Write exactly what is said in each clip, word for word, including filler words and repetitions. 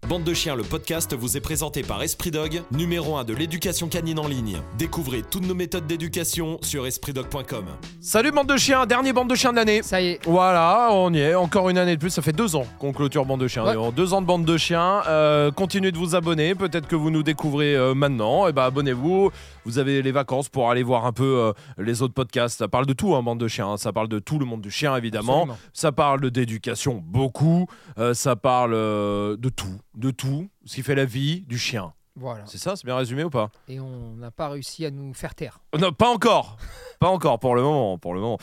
Bande de chiens, le podcast vous est présenté par Esprit Dog, numéro un de l'éducation canine en ligne. Découvrez toutes nos méthodes d'éducation sur esprit dog point com. Salut bande de chiens, dernier bande de chiens de l'année. Ça y est. Voilà, on y est, encore une année de plus, ça fait deux ans qu'on clôture bande de chiens. Ouais. Deux ans de bande de chiens, euh, continuez de vous abonner, peut-être que vous nous découvrez euh, maintenant, et bah abonnez-vous, vous avez les vacances pour aller voir un peu euh, les autres podcasts. Ça parle de tout, hein, bande de chiens, hein. Ça parle de tout le monde du chien évidemment, Absolument. Ça parle d'éducation beaucoup, euh, ça parle euh, de tout, de tout, ce qui fait la vie du chien. Voilà. C'est ça, c'est bien résumé ou pas ? Et on n'a pas réussi à nous faire taire. Non, pas encore. Pas encore pour le moment, pour le moment.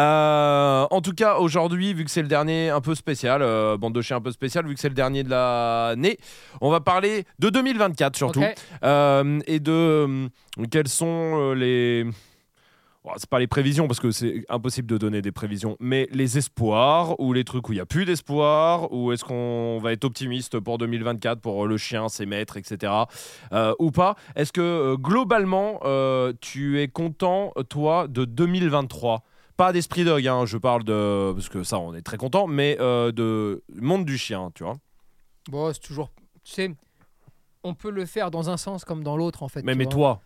Euh, en tout cas, aujourd'hui, vu que c'est le dernier un peu spécial, euh, bande de chiens un peu spécial, vu que c'est le dernier de l'année, on va parler de deux mille vingt-quatre surtout, Ok. euh, et de euh, quels sont euh, les... Bon, c'est pas les prévisions parce que c'est impossible de donner des prévisions, mais les espoirs ou les trucs où il n'y a plus d'espoir, ou est-ce qu'on va être optimiste pour deux mille vingt-quatre pour le chien, ses maîtres, et cetera. Euh, ou pas. Est-ce que euh, globalement, euh, tu es content, toi, de deux mille vingt-trois ? Pas d'Esprit Dog, hein, je parle de... Parce que ça, on est très content, mais euh, de monde du chien, tu vois. Bon, c'est toujours... Tu sais, on peut le faire dans un sens comme dans l'autre, en fait. Mais, tu mais vois. toi,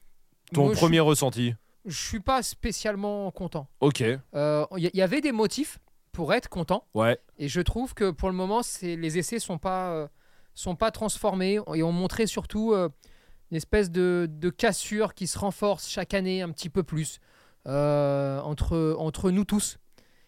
ton Moi, je premier ressenti ? Je suis pas spécialement content. Ok, Il euh, y, y avait des motifs pour être content. ouais. Et je trouve que pour le moment, c'est, les essais sont pas, euh, sont pas transformés et ont montré surtout euh, une espèce de, de cassure qui se renforce chaque année un petit peu plus euh, entre, entre nous tous.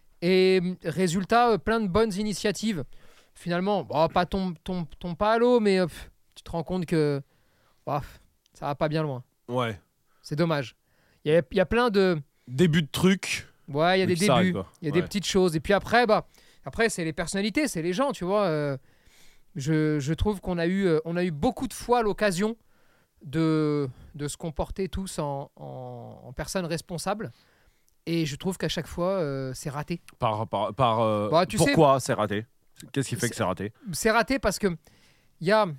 Et résultat, euh, plein de bonnes initiatives. Finalement, bon, pas ton, ton, ton pas à l'eau, mais euh, pff, tu te rends compte que bah, ça va pas bien loin. Ouais. C'est dommage. Il y a, il y a plein de... Début de truc. Ouais, il y a Mais des qui s'arrête, débuts, quoi. il y a Ouais. des petites choses. Et puis après, bah, après c'est les personnalités, c'est les gens, tu vois. euh, je, je trouve qu'on a eu, euh, on a eu beaucoup de fois l'occasion de, de se comporter tous en, en, en personnes responsables. Et je trouve qu'à chaque fois, euh, c'est raté. Par, par, par, euh, Bah, tu sais- pourquoi c'est raté ? Qu'est-ce qui fait C'est- que c'est raté ? C'est raté parce que il y a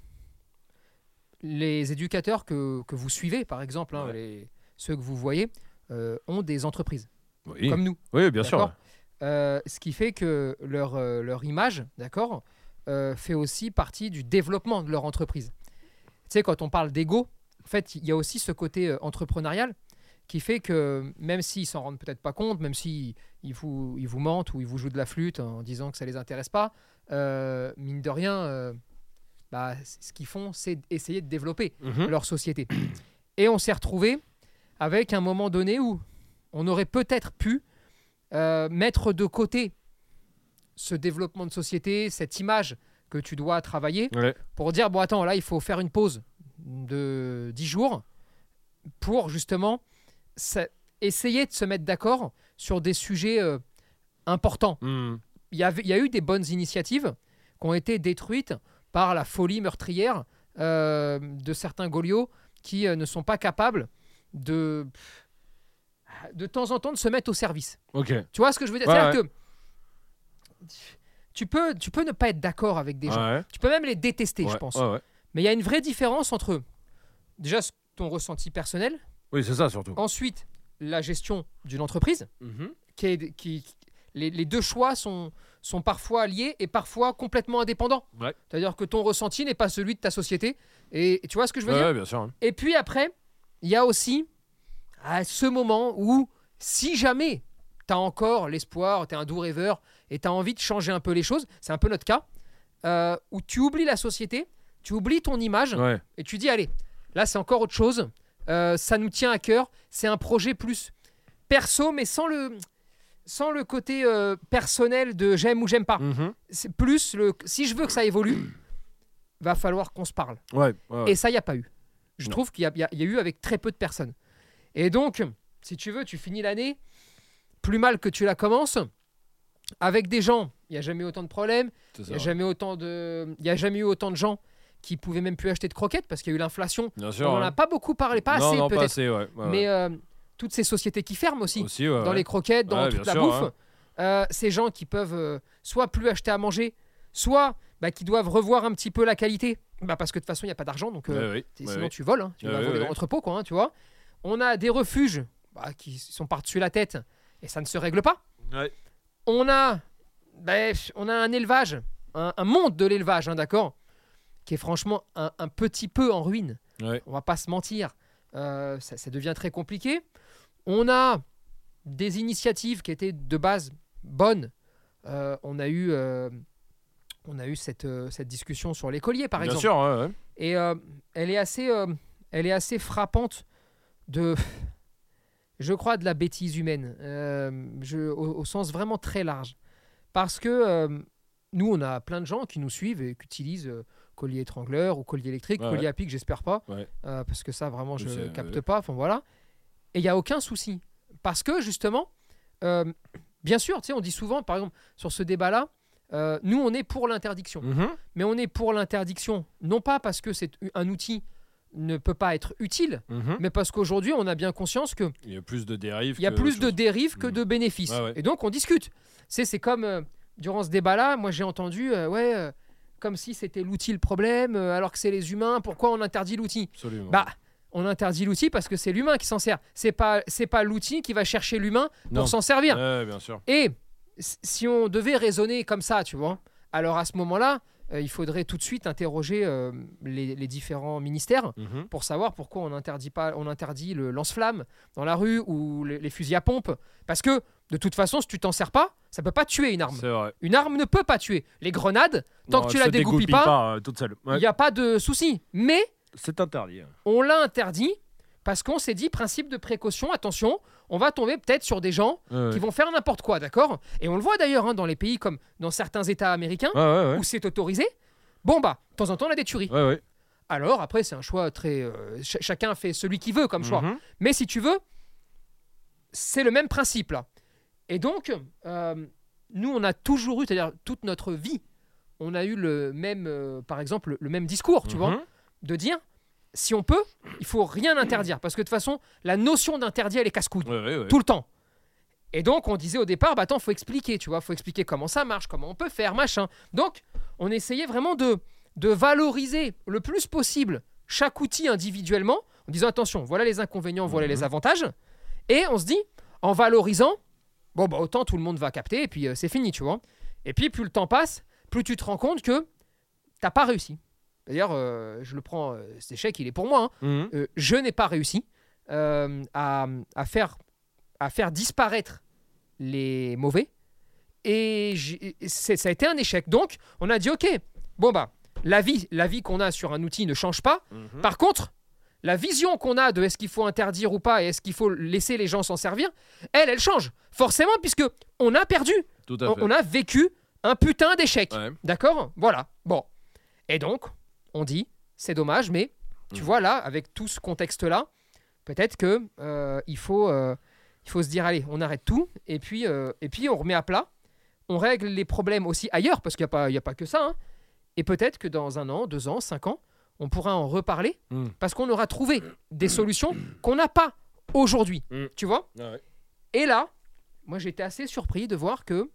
les éducateurs que, que vous suivez, par exemple, hein, Ouais. les, ceux que vous voyez, euh, ont des entreprises, Oui, comme nous. oui bien sûr. D'accord. Euh, ce qui fait que leur, euh, leur image, d'accord, euh, fait aussi partie du développement de leur entreprise. Tu sais, quand on parle d'ego, en fait, il y a aussi ce côté euh, entrepreneurial qui fait que même s'ils s'en rendent peut-être pas compte, même s'ils ils vous, ils vous mentent ou ils vous jouent de la flûte en disant que ça les intéresse pas, euh, mine de rien, euh, bah, c- ce qu'ils font, c'est essayer de développer Mhm. leur société. Et on s'est retrouvé avec un moment donné où on aurait peut-être pu euh, mettre de côté ce développement de société, cette image que tu dois travailler, Ouais. pour dire, bon attends, là il faut faire une pause de dix jours pour justement ça- essayer de se mettre d'accord sur des sujets euh, importants. Mhm. Il y, avait, il y a eu des bonnes initiatives qui ont été détruites par la folie meurtrière euh, de certains Goliots qui euh, ne sont pas capables de, de temps en temps de se mettre au service. Ok. Tu vois ce que je veux dire? Ouais, C'est-à-dire que tu peux, tu peux ne pas être d'accord avec des gens. Ouais. Tu peux même les détester, Ouais, je pense. ouais, ouais. Mais il y a une vraie différence entre déjà ce- ton ressenti personnel, Oui, c'est ça surtout. ensuite la gestion d'une entreprise, Mhm. qui est, qui, les, les deux choix sont, sont parfois liés et parfois complètement indépendants. Ouais. C'est-à-dire que ton ressenti n'est pas celui de ta société. Et, et tu vois ce que je veux Ouais, dire? ouais, bien sûr. hein. Et puis après, il y a aussi à ce moment où, si jamais tu as encore l'espoir, tu es un doux rêveur et tu as envie de changer un peu les choses, c'est un peu notre cas, euh, où tu oublies la société, tu oublies ton image Ouais. et tu dis, allez, là c'est encore autre chose, euh, ça nous tient à cœur, c'est un projet plus perso, mais sans le, sans le côté euh, personnel de j'aime ou j'aime pas. Mhm. C'est plus le, si je veux que ça évolue, va falloir qu'on se parle. Ouais. ouais, ouais. Et ça, il n'y a pas eu. Je Non. trouve qu'il y a, il y a- il y a eu avec très peu de personnes. Et donc, si tu veux, tu finis l'année plus mal que tu la commences, avec des gens, il n'y a jamais eu autant de problèmes, C'est il ça, n'y a, ouais. jamais autant de- il y a jamais eu autant de gens qui pouvaient même plus acheter de croquettes parce qu'il y a eu l'inflation. Bien sûr. On n'en ouais. a pas beaucoup parlé, pas non, assez non, pas peut-être. assez, ouais. ouais, Mais ouais. euh, toutes ces sociétés qui ferment aussi, Aussi, ouais, dans ouais. les croquettes, dans Ouais, toute bien la sûr, bouffe, hein. euh, ces gens qui peuvent euh, soit plus acheter à manger, soit bah, qui doivent revoir un petit peu la qualité, bah, parce que de toute façon, il n'y a pas d'argent, donc euh, Ouais, oui, t- ouais, sinon oui. tu voles, hein, tu Ouais, vas ouais, voler ouais. dans l'entrepôt, quoi, hein, tu vois. On a des refuges bah, qui sont par-dessus la tête, et ça ne se règle pas. Ouais. On a, ben, on a un élevage, un, un monde de l'élevage, hein, d'accord, qui est franchement un, un petit peu en ruine. Ouais. On va pas se mentir. Euh, ça, ça devient très compliqué. On a des initiatives qui étaient de base bonnes. Euh, on a eu, euh, on a eu cette, euh, cette discussion sur l'écolier, par Bien exemple. sûr, ouais, ouais. Et euh, elle est assez, euh, elle est assez frappante de, je crois, de la bêtise humaine, euh, je, au, au sens vraiment très large. Parce que euh, nous, on a plein de gens qui nous suivent et qui utilisent euh, collier étrangleur ou collier électrique, Ouais, collier ouais. à pic, j'espère pas, Ouais. euh, parce que ça, vraiment, je C'est- capte ouais. pas. Enfin voilà. Et il y a aucun souci, parce que justement, euh, bien sûr, tu sais, on dit souvent, par exemple, sur ce débat-là, euh, nous, on est pour l'interdiction. Mhm. Mais on est pour l'interdiction, non pas parce que c'est un outil ne peut pas être utile, Mhm. mais parce qu'aujourd'hui, on a bien conscience qu'il Il y a plus de dérives. y a que plus autre de chose. dérives que Mhm. de bénéfices. Ouais, ouais. Et donc, on discute. C'est, c'est comme, euh, durant ce débat-là, moi, j'ai entendu, euh, ouais, euh, comme si c'était l'outil le problème, euh, alors que c'est les humains, pourquoi on interdit l'outil ? Absolument. Bah, on interdit l'outil parce que c'est l'humain qui s'en sert. C'est pas, c'est pas l'outil qui va chercher l'humain pour Non. s'en servir. Ouais, bien sûr. Et s- si on devait raisonner comme ça, tu vois, alors à ce moment-là, euh, il faudrait tout de suite interroger euh, les, les différents ministères Mhm. pour savoir pourquoi on interdit pas, on interdit le lance-flamme dans la rue ou les, les fusils à pompe. Parce que de toute façon, si tu t'en sers pas, ça peut pas tuer une arme. C'est vrai. Une arme ne peut pas tuer. Les grenades, tant Non, que tu elle la se dégoupilles dégoupille pas, euh, toute seule. il Ouais. n'y a pas de souci. Mais C'est interdit. on l'a interdit parce qu'on s'est dit principe de précaution. Attention, on va tomber peut-être sur des gens Ouais, qui ouais. vont faire n'importe quoi, d'accord ? Et on le voit d'ailleurs hein, dans les pays comme dans certains États américains Ouais, ouais, ouais. où c'est autorisé. Bon bah, de temps en temps, on a des tueries. Ouais, ouais. Alors après, c'est un choix très... euh, ch- chacun fait celui qu'il veut comme choix. Mhm. Mais si tu veux, c'est le même principe là. Et donc, euh, nous, on a toujours eu, c'est-à-dire toute notre vie, on a eu le même, euh, par exemple, le, le même discours, tu vois, Mhm. de dire, si on peut, il faut rien interdire. Parce que de toute façon, la notion d'interdit, elle est casse-couille. Ouais, ouais, ouais. Tout le temps. Et donc, on disait au départ, bah attends, faut expliquer, tu vois, faut expliquer comment ça marche, comment on peut faire, machin. Donc, on essayait vraiment de, de valoriser le plus possible chaque outil individuellement, en disant, attention, voilà les inconvénients, voilà Mhm. les avantages. Et on se dit, en valorisant, bon, bah autant tout le monde va capter, et puis euh, c'est fini, tu vois. Et puis, plus le temps passe, plus tu te rends compte que t'as pas réussi. D'ailleurs, euh, je le prends, euh, cet échec, il est pour moi, hein. Mhm. Euh, je n'ai pas réussi euh, à, à, faire, à faire disparaître les mauvais. Et j'ai- c'est- ça a été un échec. Donc, on a dit, OK, bon, bah, la vie, la vie qu'on a sur un outil ne change pas. Mhm. Par contre, la vision qu'on a de est-ce qu'il faut interdire ou pas et est-ce qu'il faut laisser les gens s'en servir, elle, elle change. Forcément, puisque on a perdu. Tout à On, fait. on a vécu un putain d'échec. Ouais. D'accord ? Voilà. Bon. Et donc, on dit, c'est dommage, mais tu Mhm. vois, là, avec tout ce contexte-là, peut-être que euh, il faut, euh, il faut se dire, allez, on arrête tout, et puis, euh, et puis on remet à plat, on règle les problèmes aussi ailleurs, parce qu'il n'y a, pas- il y a pas que ça, hein. Et peut-être que dans un an, deux ans, cinq ans, on pourra en reparler, Mhm. parce qu'on aura trouvé des solutions qu'on n'a pas aujourd'hui, Mhm. tu vois ? Ouais. Et là, moi, j'étais assez surpris de voir que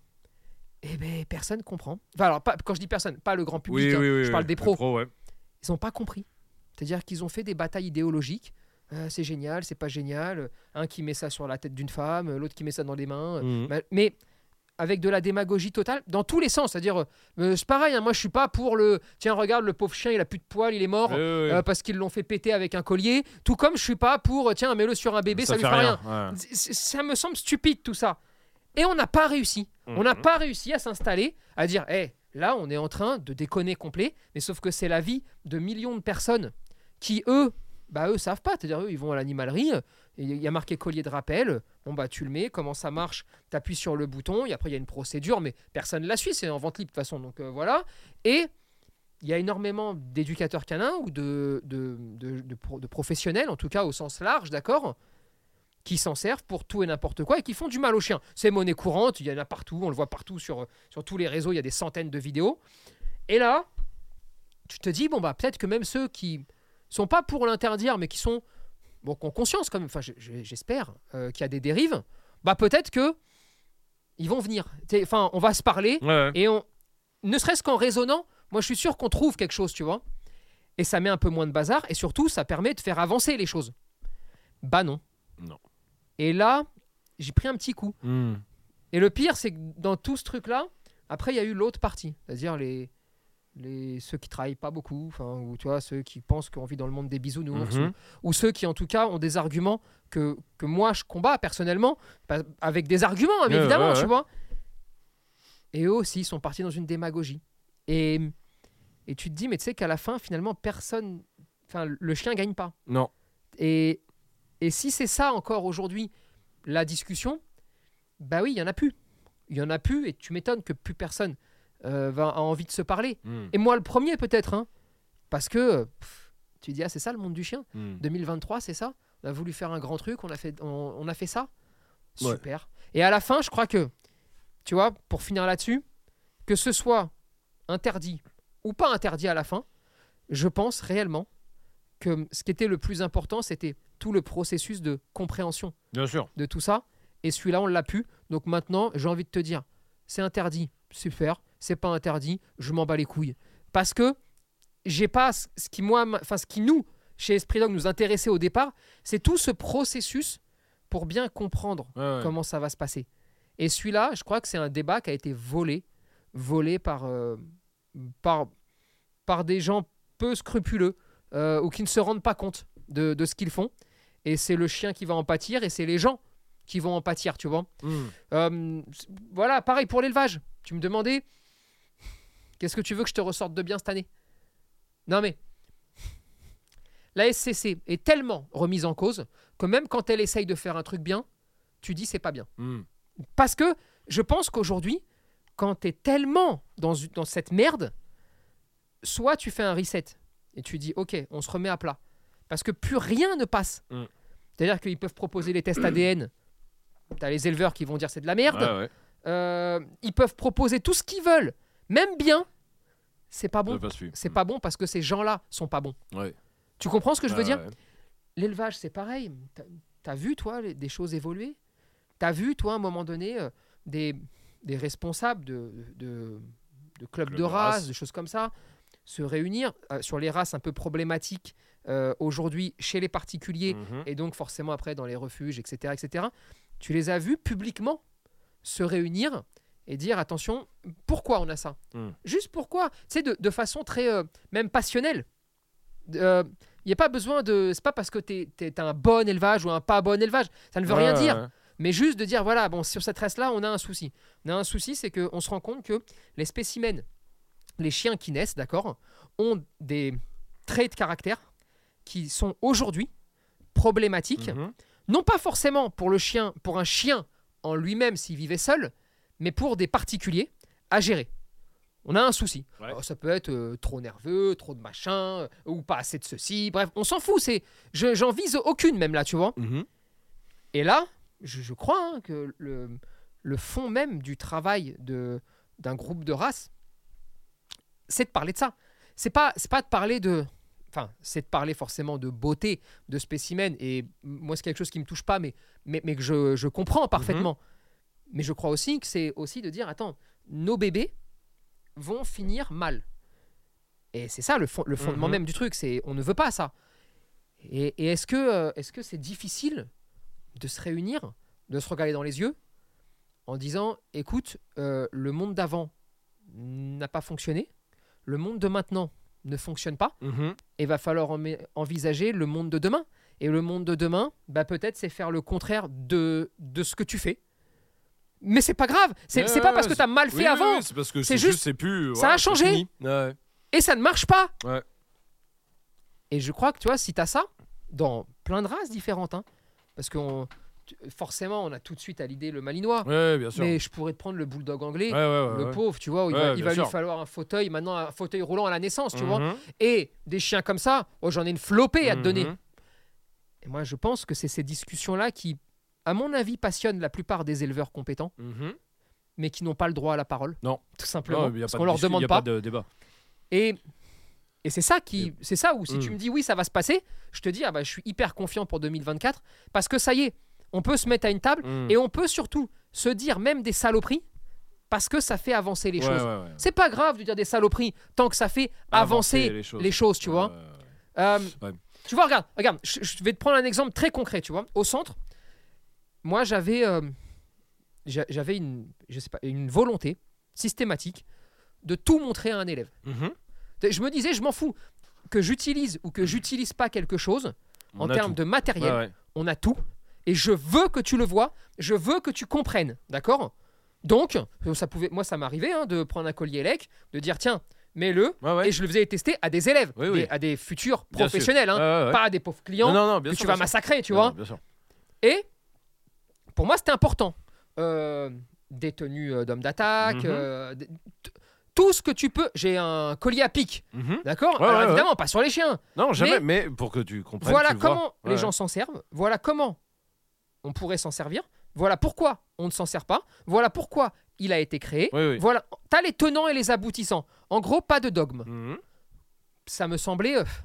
eh ben, personne comprend. Enfin, alors, pas, quand je dis personne, pas le grand public, Oui, hein, oui, oui, je parle oui. des Les pros. pros, ouais. Ils n'ont pas compris. C'est-à-dire qu'ils ont fait des batailles idéologiques. Euh, c'est génial, c'est pas génial. Un qui met ça sur la tête d'une femme, l'autre qui met ça dans les mains. Mhm. Mais- Mais avec de la démagogie totale, dans tous les sens. C'est-à-dire, euh, c'est pareil, hein, moi je suis pas pour le. Tiens, regarde, le pauvre chien, il a plus de poils, il est mort. Ouais, ouais, ouais. euh, parce qu'ils l'ont fait péter avec un collier. Tout comme je suis pas pour, tiens, mets-le sur un bébé, ça, lui fait rien. Ouais. C- c- Ça me semble stupide tout ça. Et on n'a pas réussi. On n'a Mhm. pas réussi à s'installer, à dire, hé, là, on est en train de déconner complet, mais sauf que c'est la vie de millions de personnes qui, eux, bah, eux, savent pas. C'est-à-dire, eux, ils vont à l'animalerie, euh, il y a marqué collier de rappel, bon, bah, tu le mets, comment ça marche, tu appuies sur le bouton, et après, il y a une procédure, mais personne ne la suit, c'est en vente libre de toute façon, donc euh, voilà. Et il y a énormément d'éducateurs canins ou de, de, de, de pro- de professionnels, en tout cas au sens large, d'accord, qui s'en servent pour tout et n'importe quoi et qui font du mal aux chiens. C'est monnaie courante, il y en a partout, on le voit partout sur, sur tous les réseaux, il y a des centaines de vidéos. Et là, tu te dis, bon, bah peut-être que même ceux qui sont pas pour l'interdire, mais qui sont, bon, qui ont conscience quand même, enfin j- j- j'espère euh, qu'il y a des dérives, bah peut-être que ils vont venir. T'sais, enfin, on va se parler, Ouais, ouais. et on, ne serait-ce qu'en raisonnant, moi je suis sûr qu'on trouve quelque chose, tu vois. Et ça met un peu moins de bazar, et surtout ça permet de faire avancer les choses. Bah non. Non. Et là, j'ai pris un petit coup. Mhm. Et le pire, c'est que dans tout ce truc-là, après il y a eu l'autre partie, c'est-à-dire les, les, ceux qui travaillent pas beaucoup, enfin, ou tu vois, ceux qui pensent qu'on vit dans le monde des bisounours, Mhm. ou, ou ceux qui en tout cas ont des arguments que, que moi je combats personnellement, pas- avec des arguments hein, Ouais, évidemment, ouais, tu ouais. vois. Et eux aussi sont partis dans une démagogie. Et, et tu te dis, mais tu sais qu'à la fin, finalement, personne, enfin, le chien gagne pas. Non. Et, et si c'est ça encore aujourd'hui, la discussion, bah oui, il y en a plus. Il y en a plus et tu m'étonnes que plus personne euh, va, a envie de se parler. Mm. Et moi le premier peut-être, hein, parce que pff, tu dis, ah c'est ça le monde du chien. Mm. deux mille vingt-trois, c'est ça. On a voulu faire un grand truc, on a fait, on, on a fait ça. Ouais. Super. Et à la fin, je crois que, tu vois, pour finir là-dessus, que ce soit interdit ou pas interdit à la fin, je pense réellement que ce qui était le plus important, c'était tout le processus de compréhension Bien sûr. de tout ça. Et celui-là, on l'a pu. Donc maintenant, j'ai envie de te dire, c'est interdit, super. C'est pas interdit, je m'en bats les couilles. Parce que j'ai pas ce ce qui moi, enfin ce qui nous, chez Esprit Dog, nous intéressait au départ, c'est tout ce processus pour bien comprendre Ouais, ouais. comment ça va se passer. Et celui-là, je crois que c'est un débat qui a été volé, volé par, euh, par, par des gens peu scrupuleux euh, ou qui ne se rendent pas compte de, de ce qu'ils font. Et c'est le chien qui va en pâtir et c'est les gens qui vont en pâtir, tu vois. Mm. Euh, c- voilà, pareil pour l'élevage. Tu me demandais, qu'est-ce que tu veux que je te ressorte de bien cette année? Non mais, la S C C est tellement remise en cause que même quand elle essaye de faire un truc bien, tu dis c'est pas bien. Mm. Parce que je pense qu'aujourd'hui, quand tu es tellement dans, une- dans cette merde, soit tu fais un reset et tu dis ok, on se remet à plat. Parce que plus rien ne passe. Mm. C'est-à-dire qu'ils peuvent proposer les tests A D N. Tu as les éleveurs qui vont dire c'est de la merde. Ouais, ouais. Euh, ils peuvent proposer tout ce qu'ils veulent, même bien. C'est pas bon. Ça passe plus. C'est pas bon parce que ces gens-là sont pas bons. Ouais. Tu comprends ce que je veux Ouais, dire? ouais. L'élevage, c'est pareil. T'as- T'as vu, toi, les- des choses évoluer? T'as vu, toi, à un moment donné, euh, des, des responsables de, de, de clubs Club de de races, race. des choses comme ça, se réunir euh, sur les races un peu problématiques euh, aujourd'hui chez les particuliers Mhm. et donc forcément après dans les refuges, et cetera, et cetera. Tu les as vus publiquement se réunir et dire attention, pourquoi on a ça? Mm. Juste pourquoi? Tu sais, de, de façon très euh, même passionnelle. Il n'y a pas besoin de. C'est pas parce que tu es un bon élevage ou un pas bon élevage. Ça ne veut rien Ouais, dire. ouais. Mais juste de dire voilà, bon, sur cette race-là, on a un souci. On a un souci, c'est qu'on se rend compte que les spécimens, les chiens qui naissent, d'accord, ont des traits de caractère qui sont aujourd'hui problématiques. Mhm. Non pas forcément pour le chien, pour un chien en lui-même s'il vivait seul, mais pour des particuliers à gérer. On a un souci. Ouais. Alors, ça peut être euh, trop nerveux, trop de machin, euh, ou pas assez de ceci. Bref, on s'en fout. C'est, je, j'en vise aucune même là, tu vois. Mhm. Et là, je, je crois hein, que le, le fond même du travail de, d'un groupe de race, c'est de parler de ça. C'est pas, c'est pas de parler de... Enfin, c'est de parler forcément de beauté, de spécimens. Et moi, c'est quelque chose qui me touche pas, mais, mais, mais que je, je comprends parfaitement. Mais je crois aussi que c'est aussi de dire, attends, nos bébés vont finir mal. Et c'est ça le, fond, le fondement Mhm. même du truc, c'est on ne veut pas ça. Et, et est-ce que euh, est-ce que c'est difficile de se réunir, de se regarder dans les yeux, en disant, écoute, euh, le monde d'avant n'a pas fonctionné, le monde de maintenant ne fonctionne pas, Mhm. et va falloir en- envisager le monde de demain. Et le monde de demain, bah, peut-être c'est faire le contraire de, de ce que tu fais. Mais c'est pas grave, c'est Ouais, c'est pas ouais, parce que ouais, tu as mal fait Oui, oui, avant, oui, c'est parce que C'est c'est juste- juste, c'est plus. ça voilà, a c'est changé. fini. Ouais. et ça ne marche pas. Ouais. Et je crois que tu vois, si tu as ça, dans plein de races différentes, hein, parce que on- tu- forcément, on a tout de suite à l'idée le malinois, Ouais, bien sûr. mais je pourrais te prendre le bulldog anglais, Ouais, ouais, ouais, le ouais. pauvre, tu vois, où il Ouais, va, il bien va lui sûr. falloir un fauteuil, maintenant un fauteuil roulant à la naissance, tu vois. Mhm. Et des chiens comme ça, oh, j'en ai une flopée à te donner. Mhm. Et moi, je pense que c'est ces discussions-là qui, à mon avis, passionnent la plupart des éleveurs compétents, Mhm. mais qui n'ont pas le droit à la parole. Non. Tout simplement. Non, y a parce pas qu'on de leur discu- demande y a pas. pas de débat. Et, et c'est ça qui, c'est ça où si Mm. tu me dis oui, ça va se passer, je te dis ah bah je suis hyper confiant pour deux mille vingt-quatre parce que ça y est, on peut se mettre à une table Mm. et on peut surtout se dire même des saloperies parce que ça fait avancer les Ouais, choses. ouais, ouais. C'est pas grave de dire des saloperies tant que ça fait avancer, les choses, tu vois. Ouais, ouais, ouais. Euh, Ouais. Tu vois, regarde, regarde, je, je vais te prendre un exemple très concret, tu vois. Au centre, moi j'avais, euh, j'a- j'avais une, je sais pas, une volonté systématique de tout montrer à un élève. Mhm. Je me disais, je m'en fous. Que j'utilise ou que j'utilise pas quelque chose, On en a termes tout. de matériel, Ouais, ouais. on a tout. Et je veux que tu le vois, je veux que tu comprennes, d'accord? Donc, ça pouvait, moi, ça m'arrivait hein, de prendre un collier élec, de dire tiens, mets-le, Ouais, ouais. et je le faisais tester à des élèves, Oui, des- oui. à des futurs Bien professionnels, sûr. hein, Ouais, ouais, ouais. pas à des pauvres clients Non, non, bien que sûr, tu bien vas sûr. massacrer, tu Non, vois. non, bien sûr. Et pour moi, c'était important. Euh, des tenues euh, d'hommes d'attaque, Mhm. euh, des- t- tout ce que tu peux. J'ai un collier à pic, Mhm. d'accord? Ouais, Alors ouais, évidemment, pas sur les chiens. Non, jamais, Mais- mais, pour que tu comprennes. Voilà tu vois. comment Ouais, les ouais. gens s'en servent. Voilà comment on pourrait s'en servir. Voilà pourquoi on ne s'en sert pas. Voilà pourquoi il a été créé. Oui, oui. Voilà, t'as les tenants et les aboutissants. En gros, pas de dogme. Mhm. Ça me semblait, euh,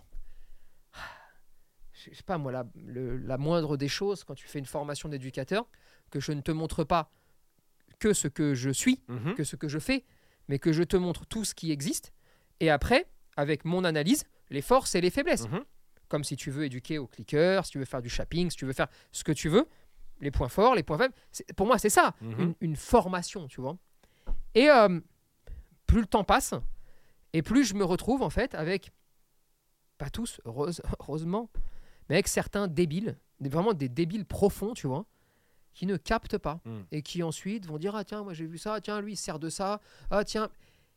je sais pas moi, la, le- la moindre des choses quand tu fais une formation d'éducateur, que je ne te montre pas que ce que je suis, Mhm. que ce que je fais, mais que je te montre tout ce qui existe. Et après, avec mon analyse, les forces et les faiblesses. Mhm. Comme si tu veux éduquer au clicker, si tu veux faire du shopping, si tu veux faire ce que tu veux, les points forts, les points faibles. C'est- Pour moi, c'est ça, Mhm. une, une formation, tu vois. Et euh, plus le temps passe, et plus je me retrouve en fait avec, pas tous, heureuse- heureusement, mais avec certains débiles, des- vraiment des débiles profonds, tu vois, qui ne captent pas Mm. et qui ensuite vont dire ah tiens moi j'ai vu ça, tiens lui il se sert de ça, ah tiens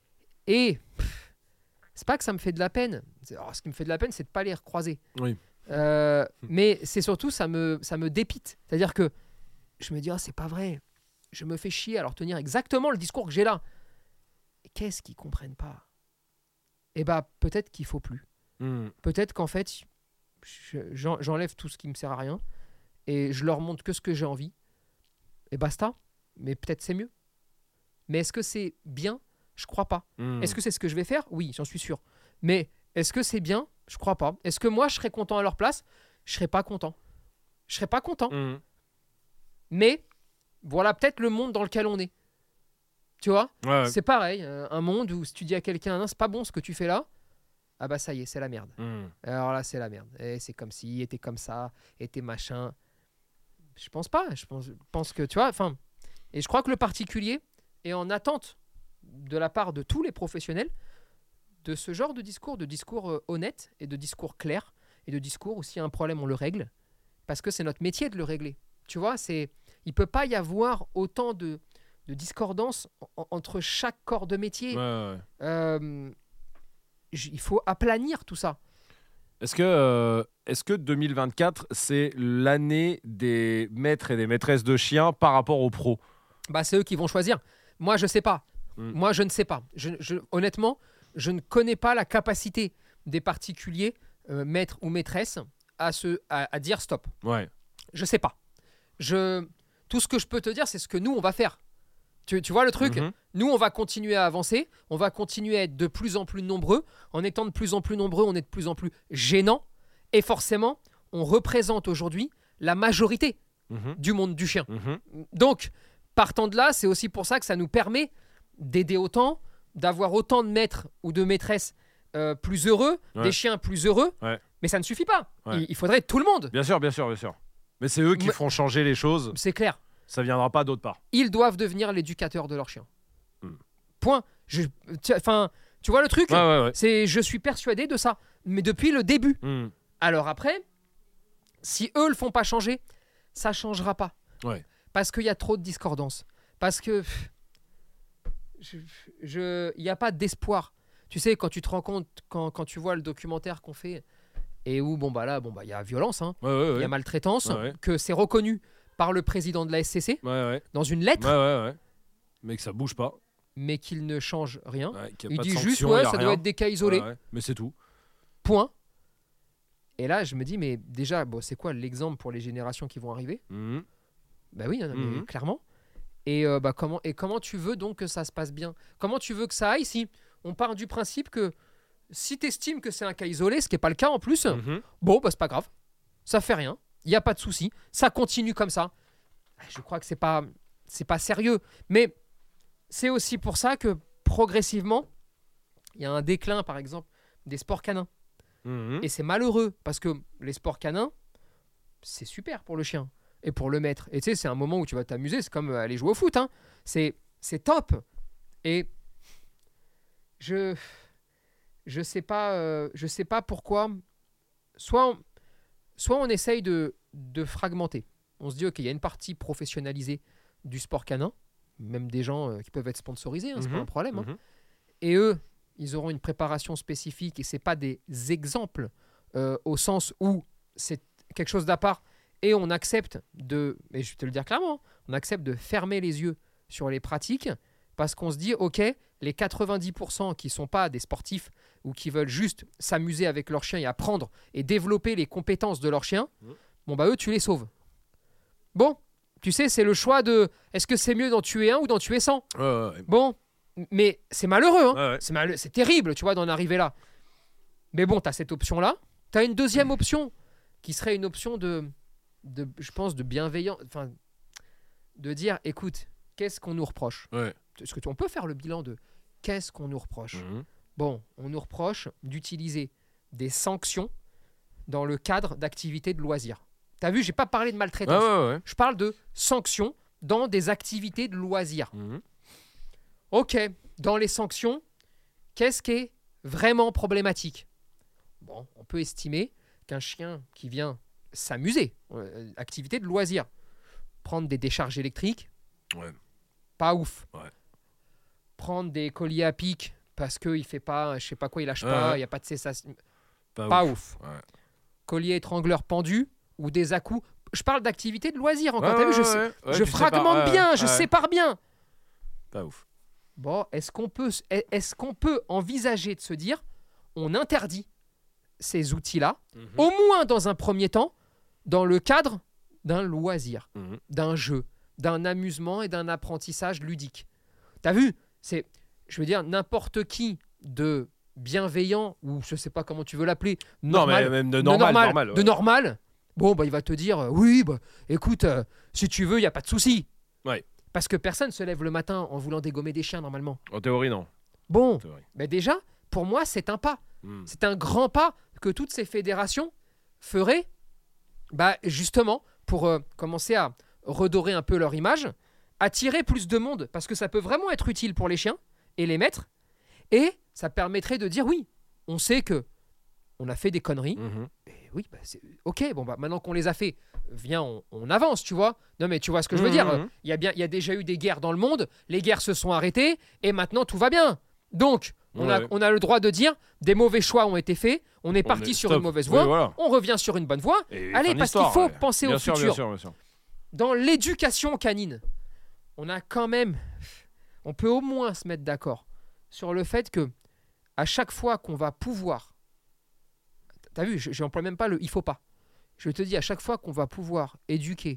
et pff, c'est pas que ça me fait de la peine. C'est- alors, ce qui me fait de la peine c'est de pas les recroiser. Oui. Euh, mais c'est surtout ça me ça me dépite. C'est-à-dire que je me dis ah c'est pas vrai. Je me fais chier à leur tenir exactement le discours que j'ai là. Et qu'est-ce qu'ils comprennent pas? Eh bah peut-être qu'il faut plus. Mhm. Peut-être qu'en fait je- j'en- j'enlève tout ce qui me sert à rien et je leur montre que ce que j'ai envie. Et basta. Mais peut-être c'est mieux. Mais est-ce que c'est bien? Je crois pas. Mhm. Est-ce que c'est ce que je vais faire? Oui, j'en suis sûr. Mais est-ce que c'est bien? Je crois pas. Est-ce que moi je serais content à leur place? Je serais pas content. Je serais pas content. Mhm. Mais voilà peut-être le monde dans lequel on est. Tu vois? Ouais. C'est pareil. euh, un monde où si tu dis à quelqu'un non, c'est pas bon ce que tu fais là, ah bah ça y est, c'est la merde. Mhm. Alors là, c'est la merde. Et c'est comme si, et t'es comme ça, et t'es machin. Je pense pas. Je pense, je pense que, tu vois, enfin. Et je crois que le particulier est en attente de la part de tous les professionnels de ce genre de discours, de discours euh, honnête et de discours clair et de discours où s'il y a un problème, on le règle. Parce que c'est notre métier de le régler. Tu vois, c'est, il peut pas y avoir autant de, de discordance en- entre chaque corps de métier. Ouais, ouais. Euh, j- il faut aplanir tout ça. Est-ce que, euh, est-ce que deux mille vingt-quatre, c'est l'année des maîtres et des maîtresses de chiens par rapport aux pros? Bah, c'est eux qui vont choisir. Moi, je sais pas. Mm. Moi, je ne sais pas. Je, je- honnêtement, je ne connais pas la capacité des particuliers, euh, maîtres ou maîtresses, à, se, à, à dire stop. Ouais. Je sais pas. Je, tout ce que je peux te dire, c'est ce que nous, on va faire. Tu, tu vois le truc? Mhm. Nous, on va continuer à avancer. On va continuer à être de plus en plus nombreux. En étant de plus en plus nombreux, on est de plus en plus gênants. Et forcément, on représente aujourd'hui la majorité Mhm. du monde du chien. Mhm. Donc, partant de là, c'est aussi pour ça que ça nous permet d'aider autant, d'avoir autant de maîtres ou de maîtresses euh, plus heureux, Ouais. des chiens plus heureux. Ouais. Mais ça ne suffit pas. Ouais. Il, il faudrait tout le monde. Bien sûr, bien sûr, bien sûr. Mais c'est eux qui Mais- feront changer les choses. C'est clair. Ça viendra pas d'autre part. Ils doivent devenir l'éducateur de leur chien. Hmm. Point. Je, tu, enfin, tu vois le truc? Ouais, ouais, ouais. C'est, je suis persuadé de ça. Mais depuis le début. Mhm. Alors après, si eux le font pas changer, ça changera pas. Ouais. Parce qu'il y a trop de discordance. Parce que pff, je- je- il n'y a pas d'espoir. Tu sais, quand tu te rends compte, quand, quand tu vois le documentaire qu'on fait, et où, bon, bah là, bon, bah, il y a violence, hein, Ouais, ouais, il ouais. y a maltraitance, Ouais, ouais. que c'est reconnu par le président de la S C C Ouais, ouais. dans une Ouais, lettre, ouais, ouais. Mais que ça bouge pas. mais qu'il ne change rien. Ouais, qu'il y a Il pas de dit juste, sanction, ouais, y a ça rien. doit être des cas isolés. Ouais, ouais. Mais c'est tout. Point. Et là, je me dis, mais déjà, bon, c'est quoi l'exemple pour les générations qui vont arriver? Mhm. Bah oui, non, non, mais Mhm. clairement. Et, euh, bah, comment, et comment tu veux donc que ça se passe bien? Comment tu veux que ça aille si on part du principe que si tu estimes que c'est un cas isolé, ce qui n'est pas le cas en plus, Mhm. bon, bah, c'est pas grave. Ça fait rien. Il n'y a pas de souci. Ça continue comme ça. Je crois que c'est pas, c'est pas sérieux. Mais c'est aussi pour ça que progressivement, il y a un déclin, par exemple, des sports canins. Mhm. Et c'est malheureux parce que les sports canins, c'est super pour le chien et pour le maître. Et tu sais, c'est un moment où tu vas t'amuser. C'est comme aller jouer au foot. Hein. C'est, c'est top. Et je, je sais pas, euh, je sais pas pourquoi. Soit on, soit on essaye de, de fragmenter. On se dit, ok, il y a une partie professionnalisée du sport canin, même des gens euh, qui peuvent être sponsorisés, hein, c'est Mhm. pas un problème. hein. Mhm. Et eux, ils auront une préparation spécifique et c'est pas des exemples euh, au sens où c'est quelque chose d'à part et on accepte de, et je vais te le dire clairement, on accepte de fermer les yeux sur les pratiques parce qu'on se dit, ok, les quatre-vingt-dix pour cent qui sont pas des sportifs ou qui veulent juste s'amuser avec leur chien et apprendre et développer les compétences de leur chien, Mhm. bon bah eux, tu les sauves. Bon, tu sais, c'est le choix de, est-ce que c'est mieux d'en tuer un ou d'en tuer cent? Ouais, ouais, ouais. Bon, mais c'est malheureux, hein. Ouais, ouais. C'est, mal- c'est terrible, tu vois, d'en arriver là. Mais bon, tu as cette option-là. Tu as une deuxième option qui serait une option de, de je pense, de bienveillance. Enfin, de dire, écoute, qu'est-ce qu'on nous reproche? Ouais. Est-ce que tu- on peut faire le bilan de qu'est-ce qu'on nous reproche? Mhm. Bon, on nous reproche d'utiliser des sanctions dans le cadre d'activités de loisirs. Tu as vu, j'ai pas parlé de Ouais, maltraitance. ouais, ouais. Je parle de sanctions dans des activités de loisirs. Mhm. Ok, dans les sanctions, qu'est-ce qui est vraiment problématique? Bon, on peut estimer qu'un chien qui vient s'amuser, euh, activité de loisir, prendre des décharges électriques, Ouais. pas ouf. Ouais. Prendre des colliers à pic parce qu'il fait pas, je sais pas quoi, il lâche Ouais, pas, il ouais. n'y a pas de cessation, Pas, pas ouf. ouf. Ouais. Collier étrangleur pendu ou des à-coups. Je parle d'activité de loisir encore. Ouais, T'as vu, je, ouais, sais- ouais. Ouais, je tu sépares, fragmente ouais, bien, ouais. je Ouais. sépare bien. Pas ouf. Bon, est-ce qu'on peut, est-ce qu'on peut envisager de se dire, on interdit ces outils-là, Mhm. au moins dans un premier temps, dans le cadre d'un loisir, Mhm. d'un jeu, d'un amusement et d'un apprentissage ludique. T'as vu? C'est, je veux dire, n'importe qui de bienveillant, ou je sais pas comment tu veux l'appeler, Non, normal, mais même de de normal. normal, normal, de ouais. normal, bon, bah, il va te dire, euh, oui, bah, écoute, euh, si tu veux, il n'y a pas de souci. Ouais. Parce que personne se lève le matin en voulant dégommer des chiens, normalement. En théorie, non. Bon, En théorie. bah déjà, pour moi, c'est un pas. Mhm. C'est un grand pas que toutes ces fédérations feraient, bah, justement, pour euh, commencer à redorer un peu leur image, attirer plus de monde, parce que ça peut vraiment être utile pour les chiens et les maîtres, et ça permettrait de dire, oui, on sait que on a fait des conneries, Mhm. et oui, bah, c'est ok, bon, bah, maintenant qu'on les a fait, viens, on, on avance, tu vois. Non, mais tu vois ce que je veux Mhm. dire. euh, Il y a bien, il y a déjà eu des guerres dans le monde, les guerres se sont arrêtées, et maintenant tout va bien. Donc, on, a, Ouais. on a le droit de dire, des mauvais choix ont été faits, on est On parti est- sur stop. une mauvaise Oui, voie, voilà. on revient sur une bonne voie. Et Allez, fin de parce qu'il l'histoire, faut ouais. penser Bien au sûr, futur. Bien sûr, bien sûr. Dans l'éducation canine, on a quand même, on peut au moins se mettre d'accord sur le fait que à chaque fois qu'on va pouvoir, t'as vu, je n'emploie même pas le il faut pas. Je te dis à chaque fois qu'on va pouvoir éduquer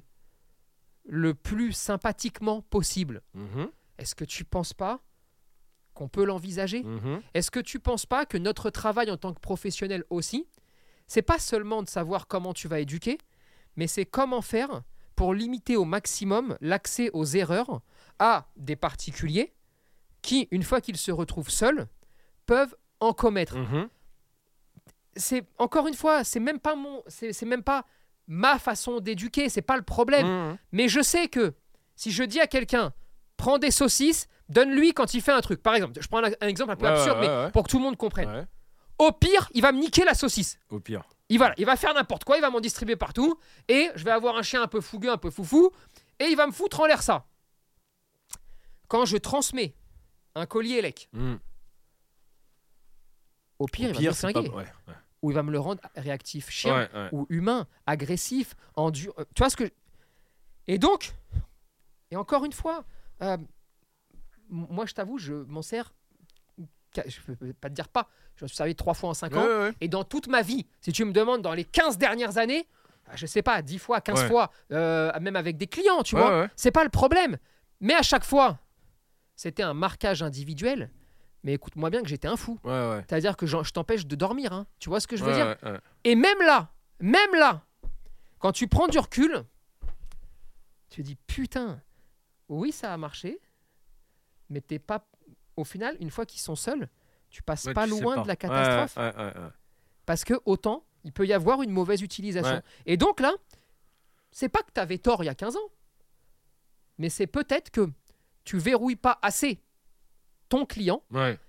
le plus sympathiquement possible, Mhm. est-ce que tu penses pas qu'on peut l'envisager? Mhm. Est-ce que tu penses pas que notre travail en tant que professionnel aussi, c'est pas seulement de savoir comment tu vas éduquer, mais c'est comment faire pour limiter au maximum l'accès aux erreurs à des particuliers qui, une fois qu'ils se retrouvent seuls, peuvent en commettre. Mhm. C'est encore une fois, c'est même pas mon, c'est, c'est même pas ma façon d'éduquer, c'est pas le problème. Mhm. Mais je sais que si je dis à quelqu'un, prends des saucisses, donne-lui quand il fait un truc. Par exemple, je prends un, un exemple un peu Ouais, absurde, ouais, mais ouais, ouais. pour que tout le monde comprenne. Ouais. Au pire, il va me niquer la saucisse. Au pire. Il va, il va faire n'importe quoi, il va m'en distribuer partout, et je vais avoir un chien un peu fougueux, un peu foufou, et il va me foutre en l'air ça. Quand je transmets un collier élec, Mhm. au pire, Au il va me pire, le c'est flinguer, pas. Ouais. ouais. ou il va me le rendre réactif chien, Ouais, ouais. ou humain, agressif, endur. euh, Tu vois ce que. Et donc, et encore une fois, euh, m- moi je t'avoue, je m'en sers. ca- Je peux pas te dire pas, je me suis servi trois fois en cinq Ouais, ans. ouais, ouais. Et dans toute ma vie, si tu me demandes dans les quinze dernières années, je sais pas, dix fois, quinze Ouais. fois, euh, même avec des clients, tu Ouais, vois, ouais. c'est pas le problème. Mais à chaque fois, c'était un marquage individuel. Mais écoute-moi bien que j'étais un fou. Ouais, ouais. C'est-à-dire que j'en- je t'empêche de dormir. Hein. Tu vois ce que je veux Ouais, dire? ouais, ouais. Et même là, même là, quand tu prends du recul, tu te dis putain, oui, ça a marché, mais t'es pas. Au final, une fois qu'ils sont seuls, tu passes Ouais, pas tu sais loin pas. de la catastrophe. Ouais, ouais, ouais, ouais. Parce que autant, il peut y avoir une mauvaise utilisation. Ouais. Et donc là, c'est pas que tu avais tort il y a quinze ans, mais c'est peut-être que tu verrouilles pas assez ton client Ouais.